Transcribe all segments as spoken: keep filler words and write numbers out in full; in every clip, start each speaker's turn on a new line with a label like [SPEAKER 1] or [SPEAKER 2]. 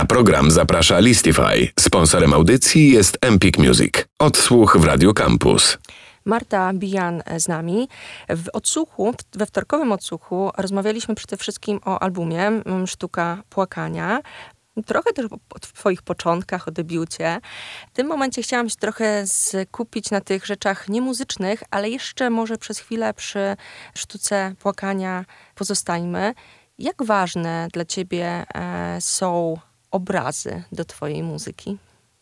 [SPEAKER 1] Na program zaprasza Listify. Sponsorem audycji jest Empik Music. Odsłuch w Radio Campus.
[SPEAKER 2] Marta Bijan z nami. W odsłuchu, we wtorkowym odsłuchu rozmawialiśmy przede wszystkim o albumie Sztuka Płakania. Trochę też o twoich początkach, o debiucie. W tym momencie chciałam się trochę skupić na tych rzeczach niemuzycznych, ale jeszcze może przez chwilę przy Sztuce Płakania pozostańmy. Jak ważne dla ciebie e, są obrazy do twojej muzyki?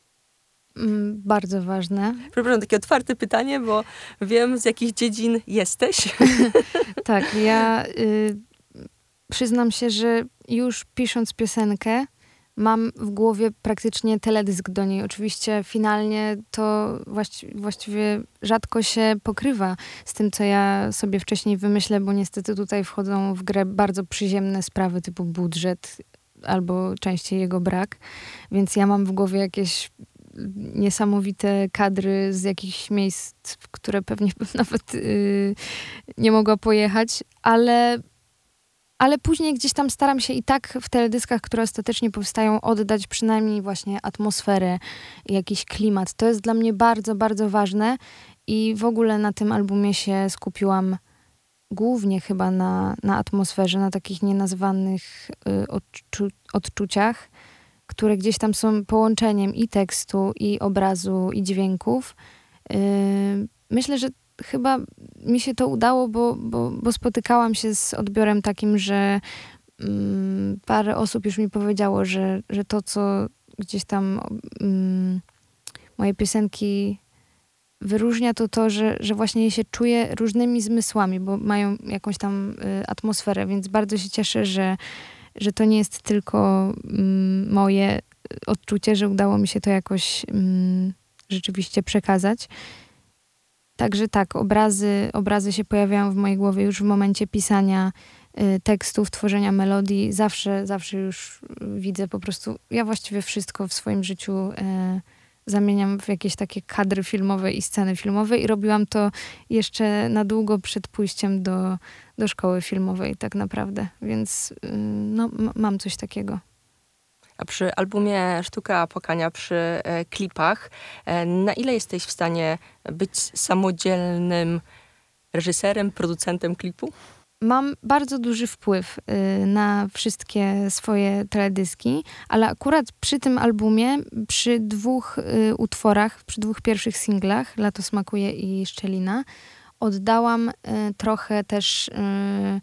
[SPEAKER 3] Mm, bardzo ważne.
[SPEAKER 2] Przepraszam, takie otwarte pytanie, bo wiem, z jakich dziedzin jesteś.
[SPEAKER 3] Tak, ja y, przyznam się, że już pisząc piosenkę, mam w głowie praktycznie teledysk do niej. Oczywiście finalnie to właści- właściwie rzadko się pokrywa z tym, co ja sobie wcześniej wymyślę, bo niestety tutaj wchodzą w grę bardzo przyziemne sprawy typu budżet albo częściej jego brak. Więc ja mam w głowie jakieś niesamowite kadry z jakichś miejsc, w które pewnie bym nawet yy, nie mogła pojechać, ale Ale później gdzieś tam staram się i tak w teledyskach, które ostatecznie powstają, oddać przynajmniej właśnie atmosferę, jakiś klimat. To jest dla mnie bardzo, bardzo ważne i w ogóle na tym albumie się skupiłam głównie chyba na, na atmosferze, na takich nienazwanych y, odczu- odczuciach, które gdzieś tam są połączeniem i tekstu, i obrazu, i dźwięków. Y, myślę, że chyba mi się to udało, bo, bo, bo spotykałam się z odbiorem takim, że mm, parę osób już mi powiedziało, że, że to, co gdzieś tam mm, moje piosenki wyróżnia, to to, że, że właśnie je się czuje różnymi zmysłami, bo mają jakąś tam y, atmosferę, więc bardzo się cieszę, że, że to nie jest tylko mm, moje odczucie, że udało mi się to jakoś mm, rzeczywiście przekazać. Także tak, obrazy, obrazy się pojawiają w mojej głowie już w momencie pisania y, tekstów, tworzenia melodii. Zawsze, zawsze już widzę po prostu, ja właściwie wszystko w swoim życiu y, zamieniam w jakieś takie kadry filmowe i sceny filmowe i robiłam to jeszcze na długo przed pójściem do, do szkoły filmowej tak naprawdę, więc y, no, m- mam coś takiego.
[SPEAKER 2] A przy albumie Sztuka Płakania, przy e, klipach, e, na ile jesteś w stanie być samodzielnym reżyserem, producentem klipu?
[SPEAKER 3] Mam bardzo duży wpływ y, na wszystkie swoje teledyski, ale akurat przy tym albumie, przy dwóch y, utworach, przy dwóch pierwszych singlach, Lato smakuje i Szczelina, oddałam y, trochę też y,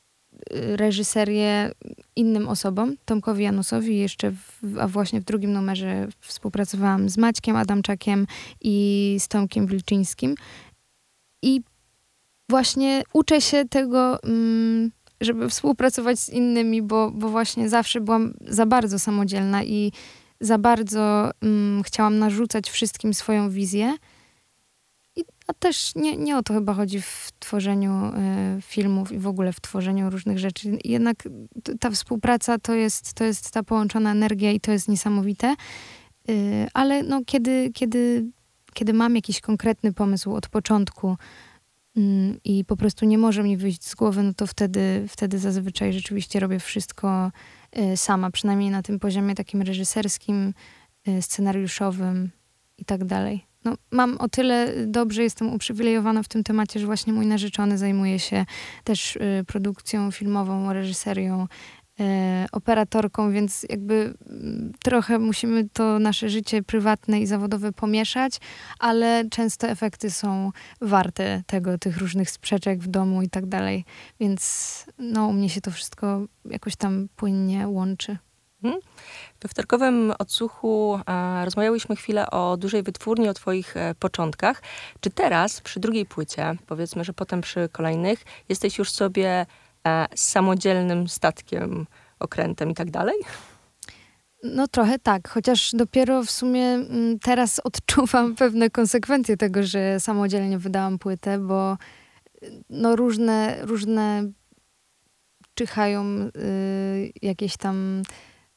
[SPEAKER 3] reżyserię innym osobom, Tomkowi Janusowi, jeszcze w, a właśnie w drugim numerze współpracowałam z Maćkiem Adamczakiem i z Tomkiem Wilczyńskim. I właśnie uczę się tego, żeby współpracować z innymi, bo, bo właśnie zawsze byłam za bardzo samodzielna i za bardzo um, chciałam narzucać wszystkim swoją wizję. I, a też nie, nie o to chyba chodzi w tworzeniu y, filmów i w ogóle w tworzeniu różnych rzeczy. Jednak t- ta współpraca to jest, to jest ta połączona energia i to jest niesamowite. Y, ale no, kiedy, kiedy, kiedy mam jakiś konkretny pomysł od początku y, i po prostu nie może mi wyjść z głowy, no to wtedy, wtedy zazwyczaj rzeczywiście robię wszystko y, sama. Przynajmniej na tym poziomie takim reżyserskim, y, scenariuszowym i tak dalej. No, mam o tyle dobrze, jestem uprzywilejowana w tym temacie, że właśnie mój narzeczony zajmuje się też y, produkcją filmową, reżyserią, y, operatorką, więc jakby y, trochę musimy to nasze życie prywatne i zawodowe pomieszać, ale często efekty są warte tego, tych różnych sprzeczek w domu i tak dalej. Więc no, u mnie się to wszystko jakoś tam płynnie łączy.
[SPEAKER 2] Hmm. We wtorkowym odsłuchu e, rozmawiałyśmy chwilę o dużej wytwórni, o twoich e, początkach. Czy teraz, przy drugiej płycie, powiedzmy, że potem przy kolejnych, jesteś już sobie e, samodzielnym statkiem, okrętem i tak dalej?
[SPEAKER 3] No trochę tak, chociaż dopiero w sumie m, teraz odczuwam pewne konsekwencje tego, że samodzielnie wydałam płytę, bo no różne, różne czyhają y, jakieś tam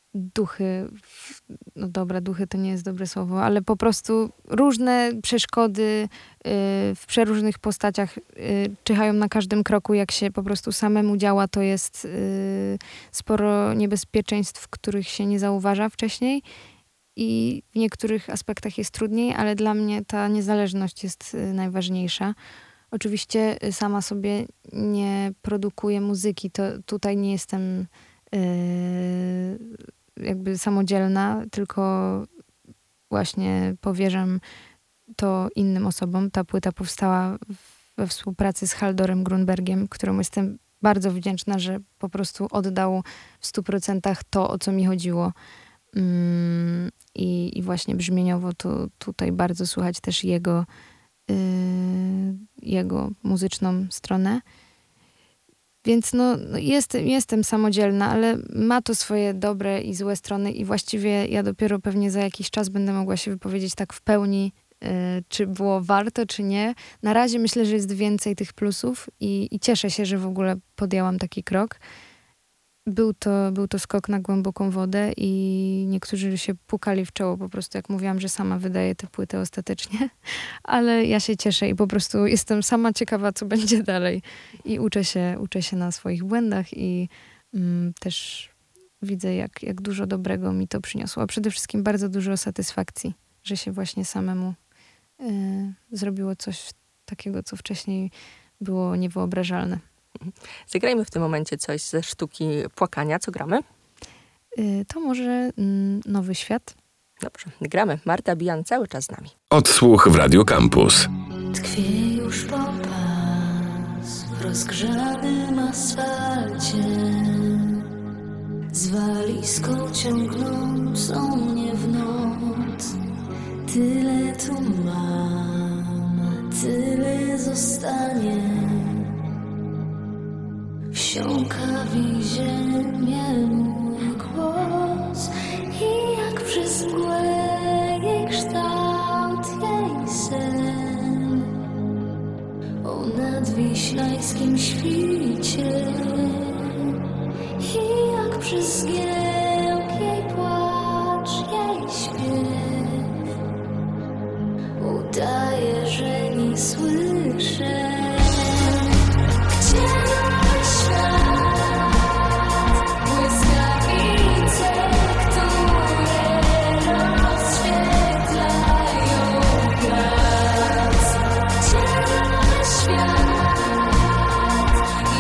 [SPEAKER 3] duchy, no dobra, duchy to nie jest dobre słowo, ale po prostu różne przeszkody y, w przeróżnych postaciach y, czyhają na każdym kroku. Jak się po prostu samemu działa, to jest y, sporo niebezpieczeństw, których się nie zauważa wcześniej i w niektórych aspektach jest trudniej, ale dla mnie ta niezależność jest y, najważniejsza. Oczywiście sama sobie nie produkuję muzyki, to tutaj nie jestem y, jakby samodzielna, tylko właśnie powierzam to innym osobom. Ta płyta powstała we współpracy z Haldorem Grunbergiem, któremu jestem bardzo wdzięczna, że po prostu oddał w stu procentach to, o co mi chodziło. Mm, i, I właśnie brzmieniowo to tutaj bardzo słuchać też jego, yy, jego muzyczną stronę. Więc no, no jestem, jestem samodzielna, ale ma to swoje dobre i złe strony i właściwie ja dopiero pewnie za jakiś czas będę mogła się wypowiedzieć tak w pełni, y, czy było warto, czy nie. Na razie myślę, że jest więcej tych plusów i, i cieszę się, że w ogóle podjęłam taki krok. Był to, był to skok na głęboką wodę i niektórzy się pukali w czoło po prostu, jak mówiłam, że sama wydaję tę płytę ostatecznie. Ale ja się cieszę i po prostu jestem sama ciekawa, co będzie dalej. I uczę się, uczę się na swoich błędach i mm, też widzę, jak, jak dużo dobrego mi to przyniosło. A przede wszystkim bardzo dużo satysfakcji, że się właśnie samemu y, zrobiło coś takiego, co wcześniej było niewyobrażalne.
[SPEAKER 2] Zagrajmy w tym momencie coś ze sztuki płakania. Co gramy?
[SPEAKER 3] Y, to może mm, Nowy Świat.
[SPEAKER 2] Dobrze, gramy. Marta Bijan cały czas z nami.
[SPEAKER 1] Odsłuch w Radio Campus.
[SPEAKER 4] Tkwię już po pas w rozgrzanym asfalcie. Z walizką ciągnącą mnie w noc. Tyle tu mam, tyle zostanie. Wsiąka w ziemię mój głos i jak przez mgłę jej kształt, jej sen o nadwiślańskim świcie i jak przez zgiełk jej płacz, jej śpiew udaje, że nie słyszę. Świat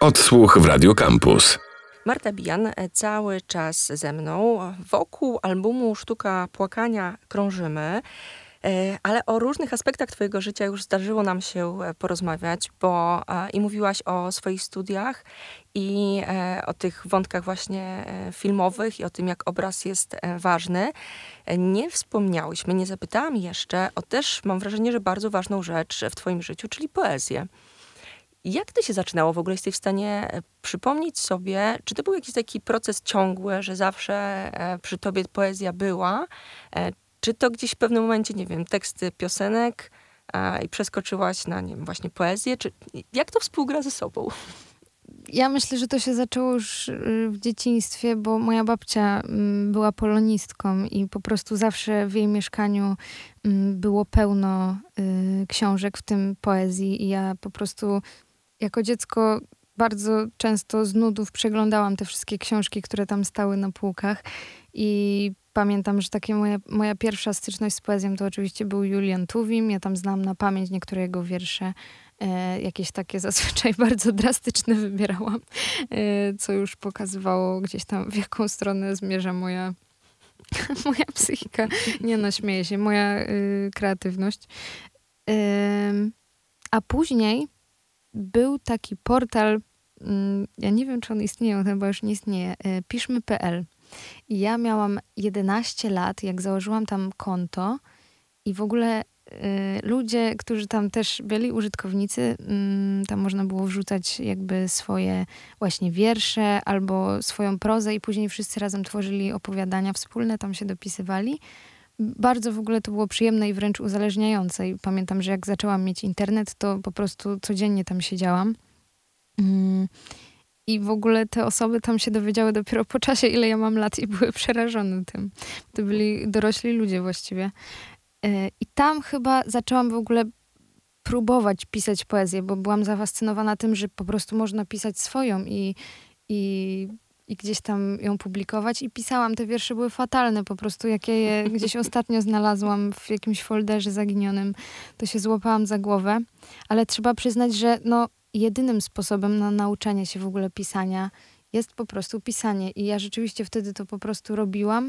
[SPEAKER 1] Odsłuch w Radio Campus.
[SPEAKER 2] Marta Bijan cały czas ze mną. Wokół albumu Sztuka Płakania krążymy, ale o różnych aspektach twojego życia już zdarzyło nam się porozmawiać, bo i mówiłaś o swoich studiach i o tych wątkach właśnie filmowych i o tym, jak obraz jest ważny. Nie wspomniałyśmy, nie zapytałam jeszcze o też, mam wrażenie, że bardzo ważną rzecz w twoim życiu, czyli poezję. Jak to się zaczynało? W ogóle jesteś w stanie przypomnieć sobie, czy to był jakiś taki proces ciągły, że zawsze przy tobie poezja była? Czy to gdzieś w pewnym momencie, nie wiem, teksty piosenek i przeskoczyłaś na, nie wiem, właśnie poezję? Czy jak to współgra ze sobą?
[SPEAKER 3] Ja myślę, że to się zaczęło już w dzieciństwie, bo moja babcia była polonistką i po prostu zawsze w jej mieszkaniu było pełno książek, w tym poezji. I ja po prostu jako dziecko bardzo często z nudów przeglądałam te wszystkie książki, które tam stały na półkach. I pamiętam, że takie moja, moja pierwsza styczność z poezją to oczywiście był Julian Tuwim. Ja tam znam na pamięć niektóre jego wiersze. E, jakieś takie zazwyczaj bardzo drastyczne wybierałam, e, co już pokazywało gdzieś tam, w jaką stronę zmierza moja, moja psychika. Nie no, śmieję się, moja y, kreatywność. E, a później był taki portal, y, ja nie wiem, czy on istnieje, on chyba już nie istnieje, y, piszmy kropka pe el. I ja miałam jedenaście lat, jak założyłam tam konto i w ogóle ludzie, którzy tam też byli, użytkownicy, tam można było wrzucać jakby swoje właśnie wiersze albo swoją prozę i później wszyscy razem tworzyli opowiadania wspólne, tam się dopisywali. Bardzo w ogóle to było przyjemne i wręcz uzależniające. I pamiętam, że jak zaczęłam mieć internet, to po prostu codziennie tam siedziałam. I w ogóle te osoby tam się dowiedziały dopiero po czasie, ile ja mam lat i były przerażone tym. To byli dorośli ludzie właściwie. I tam chyba zaczęłam w ogóle próbować pisać poezję, bo byłam zafascynowana tym, że po prostu można pisać swoją i, i, i gdzieś tam ją publikować. I pisałam, te wiersze były fatalne po prostu, jak ja je gdzieś ostatnio znalazłam w jakimś folderze zaginionym, to się złapałam za głowę. Ale trzeba przyznać, że no, jedynym sposobem na nauczenie się w ogóle pisania jest po prostu pisanie. I ja rzeczywiście wtedy to po prostu robiłam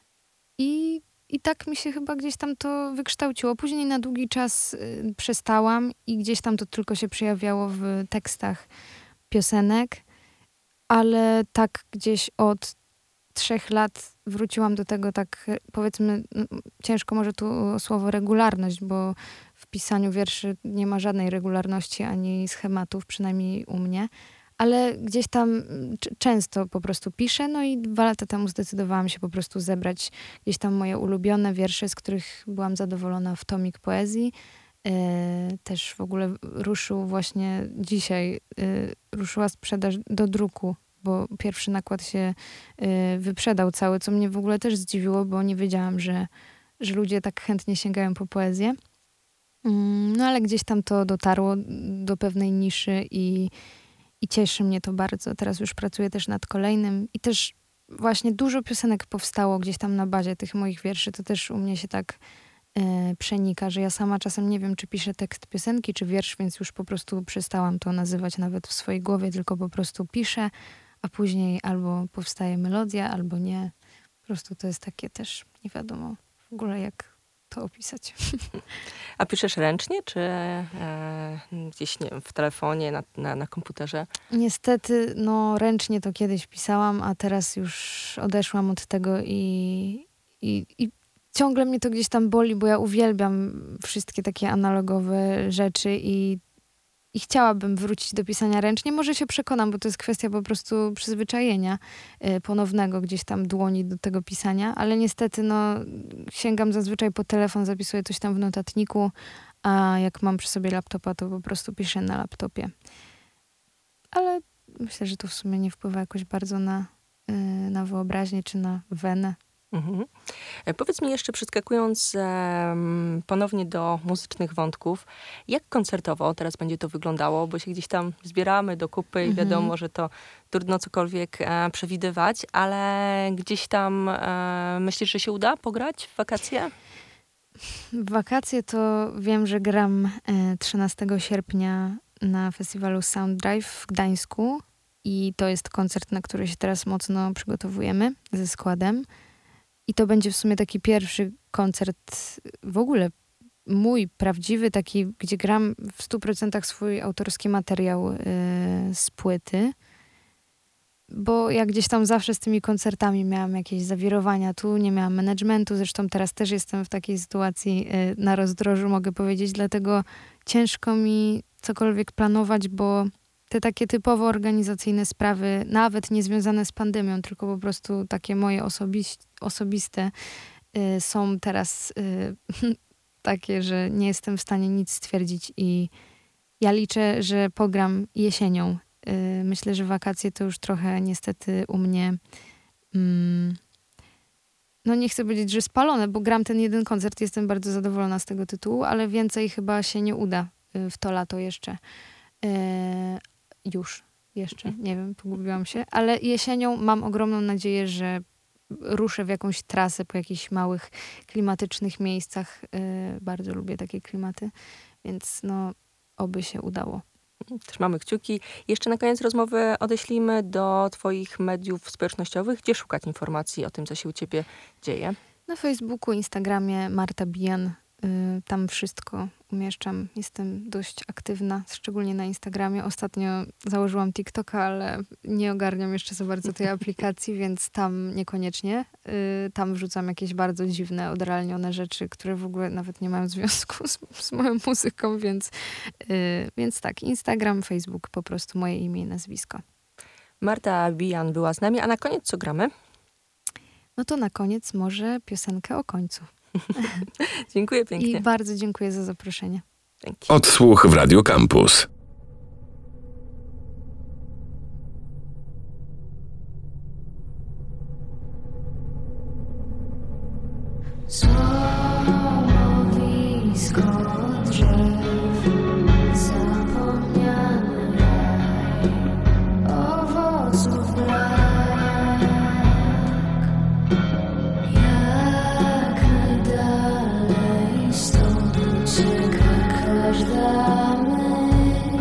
[SPEAKER 3] i I tak mi się chyba gdzieś tam to wykształciło. Później na długi czas y, przestałam i gdzieś tam to tylko się przejawiało w tekstach piosenek, ale tak gdzieś od trzech lat wróciłam do tego tak, powiedzmy, no, ciężko może tu o słowo regularność, bo w pisaniu wierszy nie ma żadnej regularności ani schematów, przynajmniej u mnie. Ale gdzieś tam c- często po prostu piszę, no i dwa lata temu zdecydowałam się po prostu zebrać gdzieś tam moje ulubione wiersze, z których byłam zadowolona w tomik poezji. E, też w ogóle ruszył właśnie dzisiaj, e, ruszyła sprzedaż do druku, bo pierwszy nakład się e, wyprzedał cały, co mnie w ogóle też zdziwiło, bo nie wiedziałam, że, że ludzie tak chętnie sięgają po poezję. Mm, no ale gdzieś tam to dotarło do pewnej niszy i I cieszy mnie to bardzo. Teraz już pracuję też nad kolejnym. I też właśnie dużo piosenek powstało gdzieś tam na bazie tych moich wierszy. To też u mnie się tak e, przenika, że ja sama czasem nie wiem, czy piszę tekst piosenki, czy wiersz, więc już po prostu przestałam to nazywać nawet w swojej głowie, tylko po prostu piszę, a później albo powstaje melodia, albo nie. Po prostu to jest takie też nie wiadomo w ogóle jak to opisać.
[SPEAKER 2] A piszesz ręcznie, czy e, gdzieś, nie wiem, w telefonie, na, na, na komputerze?
[SPEAKER 3] Niestety, no ręcznie to kiedyś pisałam, a teraz już odeszłam od tego i, i, i ciągle mnie to gdzieś tam boli, bo ja uwielbiam wszystkie takie analogowe rzeczy i, i chciałabym wrócić do pisania ręcznie. Może się przekonam, bo to jest kwestia po prostu przyzwyczajenia y, ponownego gdzieś tam dłoni do tego pisania, ale niestety no sięgam zazwyczaj po telefon, zapisuję coś tam w notatniku, a jak mam przy sobie laptopa, to po prostu piszę na laptopie. Ale myślę, że to w sumie nie wpływa jakoś bardzo na, y, na wyobraźnię czy na wenę.
[SPEAKER 2] Mhm. E, Powiedz mi jeszcze, przeskakując em, ponownie do muzycznych wątków, jak koncertowo teraz będzie to wyglądało? Bo się gdzieś tam zbieramy do kupy i
[SPEAKER 3] Mhm.
[SPEAKER 2] wiadomo, że to trudno cokolwiek e, przewidywać, ale gdzieś tam e, myślisz, że się uda pograć w wakacje?
[SPEAKER 3] W wakacje to wiem, że gram e, trzynastego sierpnia na festiwalu Sound Drive w Gdańsku i to jest koncert, na który się teraz mocno przygotowujemy ze składem. I to będzie w sumie taki pierwszy koncert w ogóle mój, prawdziwy, taki, gdzie gram w stu procentach swój autorski materiał yy, z płyty. Bo ja gdzieś tam zawsze z tymi koncertami miałam jakieś zawirowania. Tu nie miałam managementu, zresztą teraz też jestem w takiej sytuacji yy, na rozdrożu, mogę powiedzieć, dlatego ciężko mi cokolwiek planować, bo te takie typowo organizacyjne sprawy, nawet nie związane z pandemią, tylko po prostu takie moje osobiś- osobiste y, są teraz y, takie, że nie jestem w stanie nic stwierdzić i ja liczę, że pogram jesienią. Y, myślę, że wakacje to już trochę niestety u mnie mm, no nie chcę powiedzieć, że spalone, bo gram ten jeden koncert, jestem bardzo zadowolona z tego tytułu, ale więcej chyba się nie uda y, w to lato jeszcze. Y, już, jeszcze, nie wiem, pogubiłam się, ale jesienią mam ogromną nadzieję, że ruszę w jakąś trasę po jakichś małych klimatycznych miejscach. Yy, bardzo lubię takie klimaty, więc no, oby się udało.
[SPEAKER 2] Trzymamy kciuki. Jeszcze na koniec rozmowy odeślijmy do twoich mediów społecznościowych, gdzie szukać informacji o tym, co się u ciebie dzieje.
[SPEAKER 3] Na Facebooku, Instagramie Marta Bijan. Yy, tam wszystko umieszczam. Jestem dość aktywna, szczególnie na Instagramie. Ostatnio założyłam TikToka, ale nie ogarniam jeszcze za bardzo tej aplikacji, więc tam niekoniecznie. Yy, tam wrzucam jakieś bardzo dziwne, odrealnione rzeczy, które w ogóle nawet nie mają związku z, z moją muzyką, więc, yy, więc tak, Instagram, Facebook, po prostu moje imię i nazwisko.
[SPEAKER 2] Marta Bijan była z nami, a na koniec co gramy?
[SPEAKER 3] No to na koniec może piosenkę o końcu.
[SPEAKER 2] Dziękuję pięknie.
[SPEAKER 3] I bardzo dziękuję za zaproszenie.
[SPEAKER 2] Dzięki.
[SPEAKER 1] Odsłuch w Radio Campus.
[SPEAKER 4] Złomowisko drzew, zapomniany raj, owoców brak. Jak najdalej stąd ucieka każda myśl.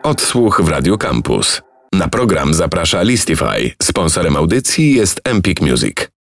[SPEAKER 1] Odsłuch w Radio Campus. Na program zaprasza Listify. Sponsorem audycji jest Empik Music.